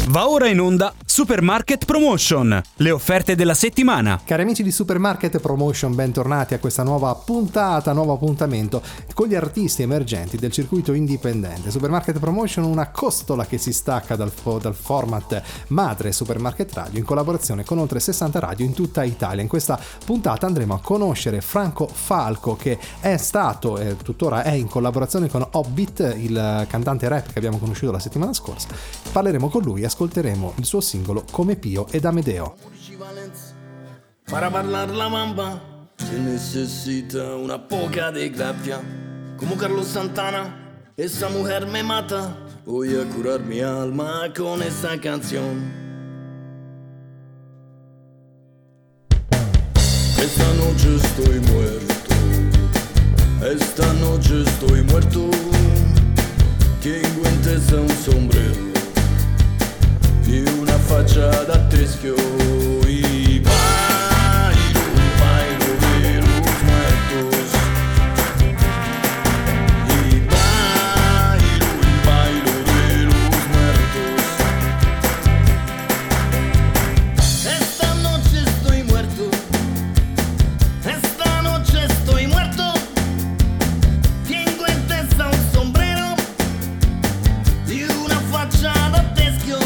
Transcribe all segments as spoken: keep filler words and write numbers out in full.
Va ora in onda Supermarket Promotion, le offerte della settimana. Cari amici di Supermarket Promotion, bentornati a questa nuova puntata, nuovo appuntamento con gli artisti emergenti del circuito indipendente. Supermarket Promotion, una costola che si stacca dal, dal format madre Supermarket Radio in collaborazione con oltre sessanta radio in tutta Italia. In questa puntata andremo a conoscere Franco Falco, che è stato e tuttora è in collaborazione con Hobbit, il cantante rap che abbiamo conosciuto la settimana scorsa. Parleremo con lui, ascolteremo il suo singolo Come Pio ed Amedeo. Para parlar la mamba se necesita una poca de gracia. Como Carlos Santana, esa mujer me mata. Voy a curar mi alma con esa canción. Esta noche estoy muerto. Esta noche estoy muerto. Tengo en testa un sombrero y una faccia da teschio y bailo, bailo de los muertos y bailo, el bailo de los muertos. Esta noche estoy muerto, esta noche estoy muerto. Tengo en testa un sombrero y una faccia da teschio.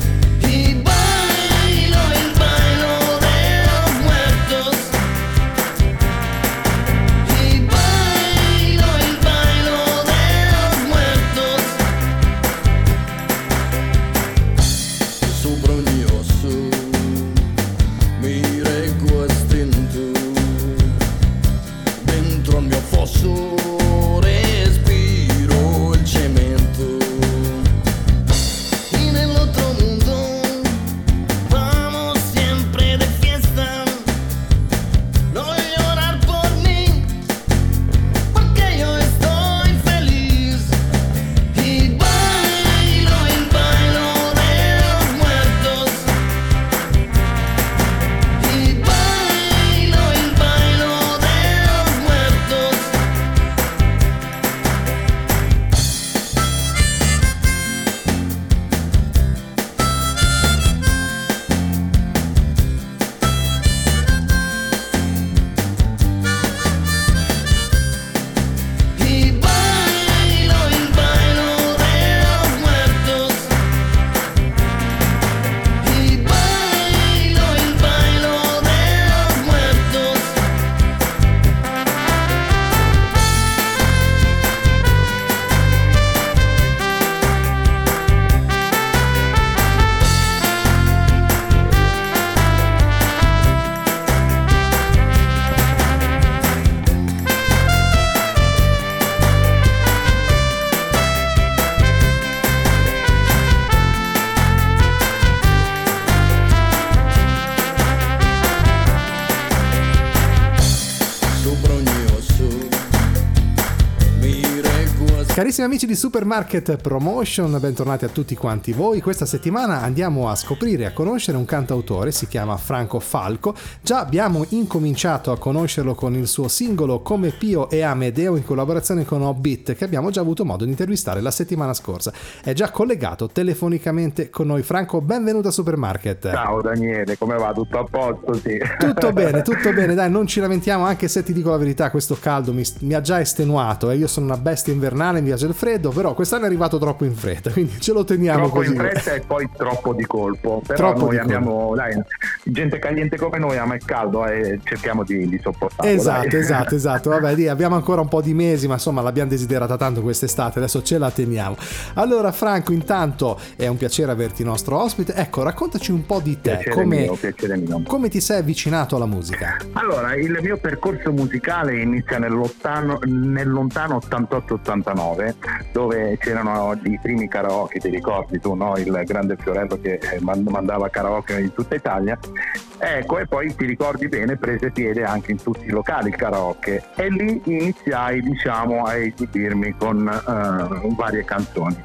Carissimi amici di Supermarket Promotion, bentornati a tutti quanti voi. Questa settimana andiamo a scoprire e a conoscere un cantautore, si chiama Franco Falco. Già abbiamo incominciato a conoscerlo con il suo singolo Come Pio e Amedeo in collaborazione con Hobbit, che abbiamo già avuto modo di intervistare la settimana scorsa. È già collegato telefonicamente con noi. Franco, benvenuto a Supermarket. Ciao Daniele, come va? Tutto a posto? Sì. Tutto bene, tutto bene, dai, non ci lamentiamo, anche se ti dico la verità, questo caldo mi, mi ha già estenuato e eh. io sono una bestia invernale, mi piace il freddo, però quest'anno è arrivato troppo in fretta, quindi ce lo teniamo troppo così. In fretta e poi troppo di colpo, però troppo noi di abbiamo, colpo. dai, gente caliente come noi ama il caldo e cerchiamo di, di sopportarlo. Esatto, dai. esatto, esatto, vabbè, dì, abbiamo ancora un po' di mesi, ma insomma l'abbiamo desiderata tanto quest'estate, adesso ce la teniamo. Allora Franco, intanto è un piacere averti nostro ospite, ecco, raccontaci un po' di te, piacere come, mio, piacere mio. come ti sei avvicinato alla musica? Allora, il mio percorso musicale inizia nel lontano, nel lontano ottantotto ottantanove, dove c'erano i primi karaoke, ti ricordi tu, no? Il grande Fiorello che mandava karaoke in tutta Italia. Ecco, e poi ti ricordi bene, prese piede anche in tutti i locali il karaoke, e lì iniziai, diciamo, a esibirmi con uh, varie canzoni.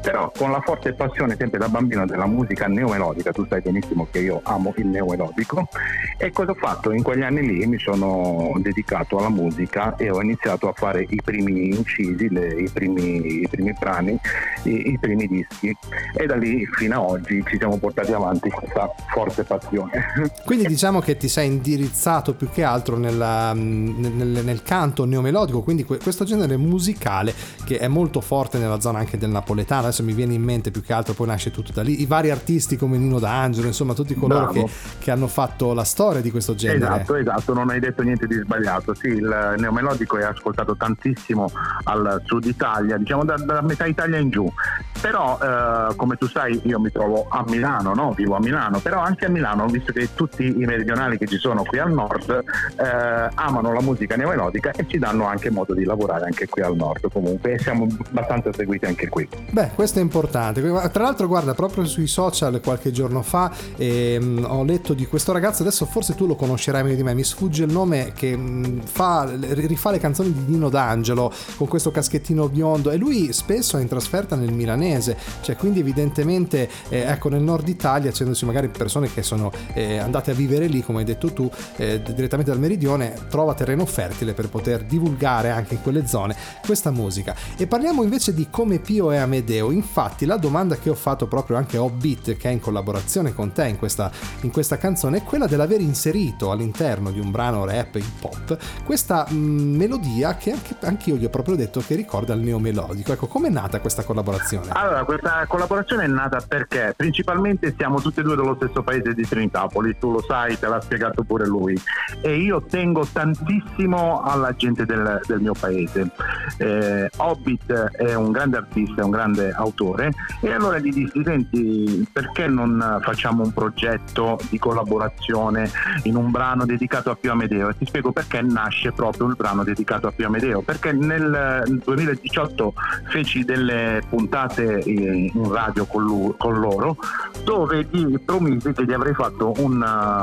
però con la forte passione sempre da bambino della musica neomelodica. Tu sai benissimo che io amo il neomelodico, e cosa ho fatto? In quegli anni lì mi sono dedicato alla musica e ho iniziato a fare i primi incisi, le, i, primi, i primi brani, i, i primi dischi, e da lì fino ad oggi ci siamo portati avanti questa forte passione. Quindi diciamo che ti sei indirizzato più che altro nella, nel, nel canto neomelodico, quindi questo genere musicale che è molto forte nella zona anche del napoletano. Adesso mi viene in mente più che altro, poi nasce tutto da lì, i vari artisti come Nino D'Angelo, insomma tutti coloro che, che hanno fatto la storia di questo genere. Esatto, esatto, non hai detto niente di sbagliato. Sì, il neomelodico è ascoltato tantissimo al sud Italia, diciamo da, da metà Italia in giù, però eh, come tu sai io mi trovo a Milano, no? Vivo a Milano, però anche a Milano ho visto che tutti i meridionali che ci sono qui al nord eh, amano la musica neomelodica e ci danno anche modo di lavorare anche qui al nord comunque, e siamo abbastanza seguiti anche qui. Beh, questo è importante. Tra l'altro guarda, proprio sui social qualche giorno fa ehm, ho letto di questo ragazzo, adesso forse tu lo conoscerai meglio di me, mi sfugge il nome, che mh, fa, rifà le canzoni di Nino D'Angelo con questo caschettino biondo, e lui spesso è in trasferta nel milanese, cioè quindi evidentemente eh, ecco, nel nord Italia, essendoci magari persone che sono eh, andate a vivere lì, come hai detto tu, eh, direttamente dal meridione, trova terreno fertile per poter divulgare anche in quelle zone questa musica. E parliamo invece di Come Pio e Amedeo. Infatti la domanda che ho fatto proprio anche a Hobbit, che è in collaborazione con te in questa, in questa canzone, è quella dell'aver inserito all'interno di un brano rap hip hop questa mh, melodia che anche, anche io gli ho proprio detto che ricorda il neomelodico. Ecco, com'è nata questa collaborazione? Allora, questa collaborazione è nata perché principalmente siamo tutti e due dello stesso paese di Trinitapoli, tu lo sai, te l'ha spiegato pure lui, e io tengo tantissimo alla gente del, del mio paese. eh, Hobbit è un grande artista, è un grande autore, e allora gli dissi: senti, perché non facciamo un progetto di collaborazione in un brano dedicato a Pio Amedeo? E ti spiego perché nasce proprio il brano dedicato a Pio Amedeo, perché nel duemiladiciotto feci delle puntate in radio con, lui, con loro, dove gli promisi che gli avrei fatto un,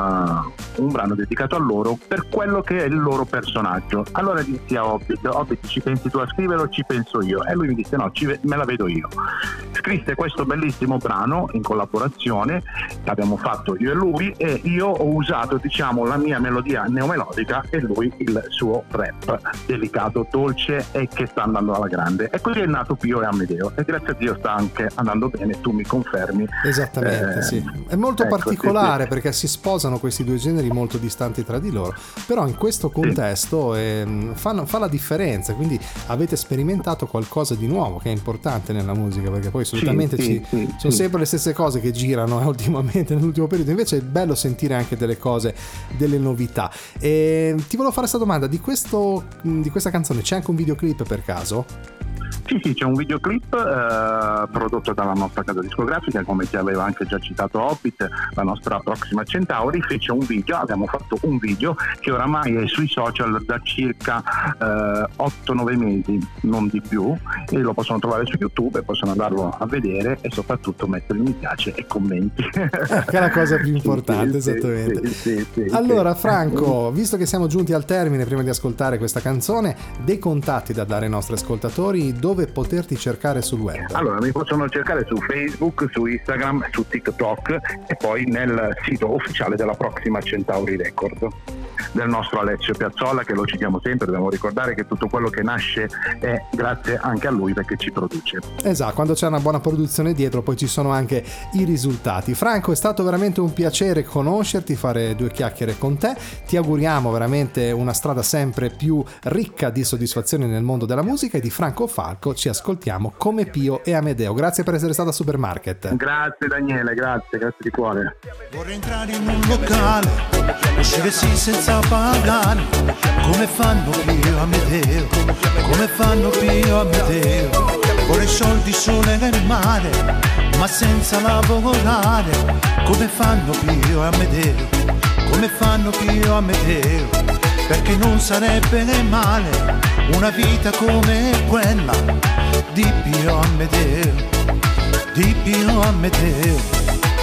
uh, un brano dedicato a loro per quello che è il loro personaggio. Allora dissi a Hobbit: Hobbit, ci pensi tu a scriverlo o ci penso io? E lui mi disse: no, ci, me la vedo io. Scrisse questo bellissimo brano in collaborazione che abbiamo fatto io e lui, e io ho usato, diciamo, la mia melodia neomelodica e lui il suo rap delicato, dolce e che sta andando alla grande. E così è nato Pio e Amedeo, e grazie a Dio sta anche andando bene, tu mi confermi. Esattamente, eh, sì. È molto ecco, particolare, sì, sì, perché si sposano questi due generi molto distanti tra di loro, però in questo contesto sì. eh, fa, fa la differenza, quindi avete sperimentato qualcosa di nuovo che è importante nella musica, perché poi solitamente sì, ci, sì, sono sì. sempre le stesse cose che girano eh, ultimamente nell'ultimo periodo, invece è bello sentire anche delle cose, delle novità. E ti volevo fare questa domanda: di questo di questa canzone c'è anche un videoclip per caso? Sì, sì, c'è un videoclip eh, prodotto dalla nostra casa discografica, come ti aveva anche già citato Hobbit, la nostra Proxima Centauri fece un video, abbiamo fatto un video che oramai è sui social da circa eh, otto nove mesi, non di più, e lo possono trovare su YouTube e possono andarlo a vedere e soprattutto mettere mi piace e commenti. Eh, che è la cosa più importante, sì, esattamente. Sì, sì, sì, allora sì. Franco, visto che siamo giunti al termine, prima di ascoltare questa canzone, dei contatti da dare ai nostri ascoltatori, dove poterti cercare sul web? Allora, mi possono cercare su Facebook, su Instagram, su TikTok e poi nel sito ufficiale della Proxima Centauri Record, del nostro Alessio Piazzolla, che lo citiamo sempre. Dobbiamo ricordare che tutto quello che nasce è grazie anche a lui, perché ci produce. Esatto, quando c'è una buona produzione dietro poi ci sono anche i risultati. Franco, è stato veramente un piacere conoscerti, fare due chiacchiere con te, ti auguriamo veramente una strada sempre più ricca di soddisfazioni nel mondo della musica, e di Franco Falco ci ascoltiamo Come Pio e Amedeo. Grazie per essere stata a Supermarket. Grazie Daniele, grazie, grazie di cuore. Vorrei entrare in un locale, uscire sì senza pagare, come fanno Pio e Amedeo, come fanno Pio e Amedeo. Vorrei soldi sole nel mare, ma senza lavorare, come fanno Pio e Amedeo, come fanno Pio e Amedeo. Perché non sarebbe male una vita come quella di Pio Amedeo, di Pio Amedeo.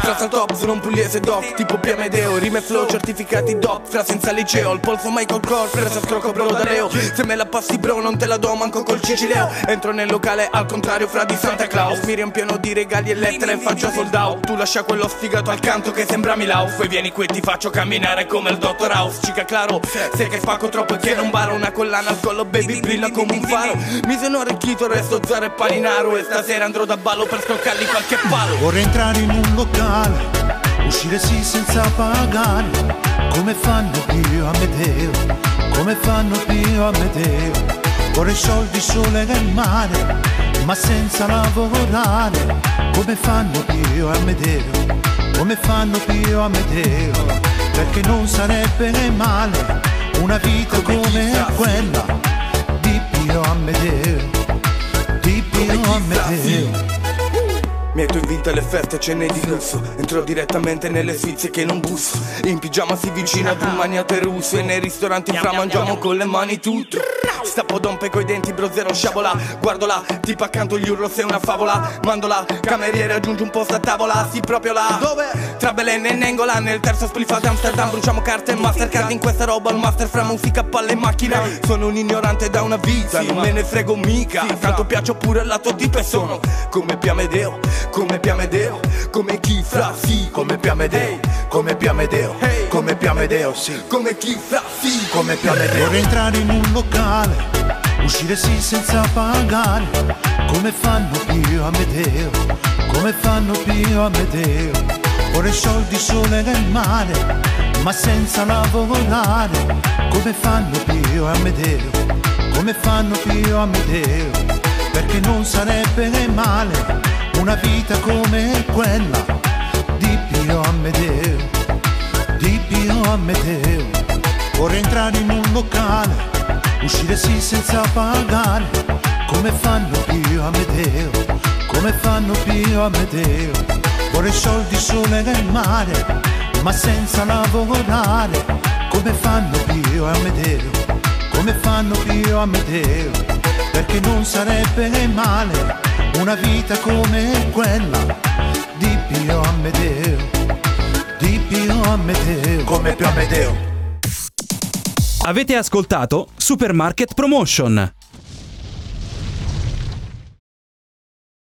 Frasa al top, sono un pugliese doc, tipo P M D O. Rime e flow certificati doc, fra senza liceo. Il polso Michael Kors, presa scrocco bro da Leo. Se me la passi bro non te la do manco col cicileo. Entro nel locale al contrario fra di Santa Claus. Mi riempiono di regali e lettere e faccio sold out. Tu lascia quello sfigato al canto che sembra Milau. Poi vieni qui e ti faccio camminare come il Dottor House. Cica claro, sai che spacco troppo e che non baro. Una collana al collo baby brilla come un faro. Mi sono arricchito, resto zero e paninaro. E stasera andrò da ballo per scroccargli qualche palo. Vorrei entrare in un locale, uscire sì senza pagare, come fanno Pio Amedeo, come fanno Pio Amedeo. Vorrei soldi, sole e mare, ma senza lavorare, come fanno Pio Amedeo, come fanno Pio Amedeo. Perché non sarebbe male una vita come quella di Pio Amedeo, di Pio Amedeo. Metto in vita le feste, cene di lusso. Entro direttamente nelle sfizie che non busso. In pigiama si vicina ad un maniate russo. E nei ristoranti fra mangiamo con le mani tutto. Stappo dompe coi denti, bro zero sciabola. Guardo là, tipo accanto gli urlo se è una favola. Mando la cameriere, aggiunge un posto a tavola. Sì, proprio là, dove? Tra Belen e Nengola. Nel terzo spliff ad Amsterdam. Bruciamo carte e Mastercard in questa roba. Il master fra musica, palle e macchina. Sono un ignorante da una vita, non me ne frego mica. Tanto piaccio pure al lato tipo e sono come Pio Amedeo, come Pio Amedeo, come chi fra sì, come Pio Amedeo, come Pio Amedeo, come Pio Amedeo, sì, come chi fra sì, come Pio Amedeo. Vorrei entrare in un locale, uscire sì senza pagare, come fanno Pio Amedeo, come fanno Pio Amedeo. Vorrei soldi, sole e mare, ma senza lavorare, come fanno Pio Amedeo, come fanno Pio Amedeo. Perché non sarebbe male una vita come quella di Pio Amedeo, di Pio Amedeo. Vorrei entrare in un locale, uscire sì senza pagare, come fanno Pio Amedeo, come fanno Pio Amedeo. Vorrei soldi, sole e mare, ma senza lavorare, come fanno Pio Amedeo, come fanno Pio Amedeo. Perché non sarebbe male una vita come quella di Pio Amedeo, di Pio Amedeo, come Pio Amedeo. Avete ascoltato Supermarket Promotion.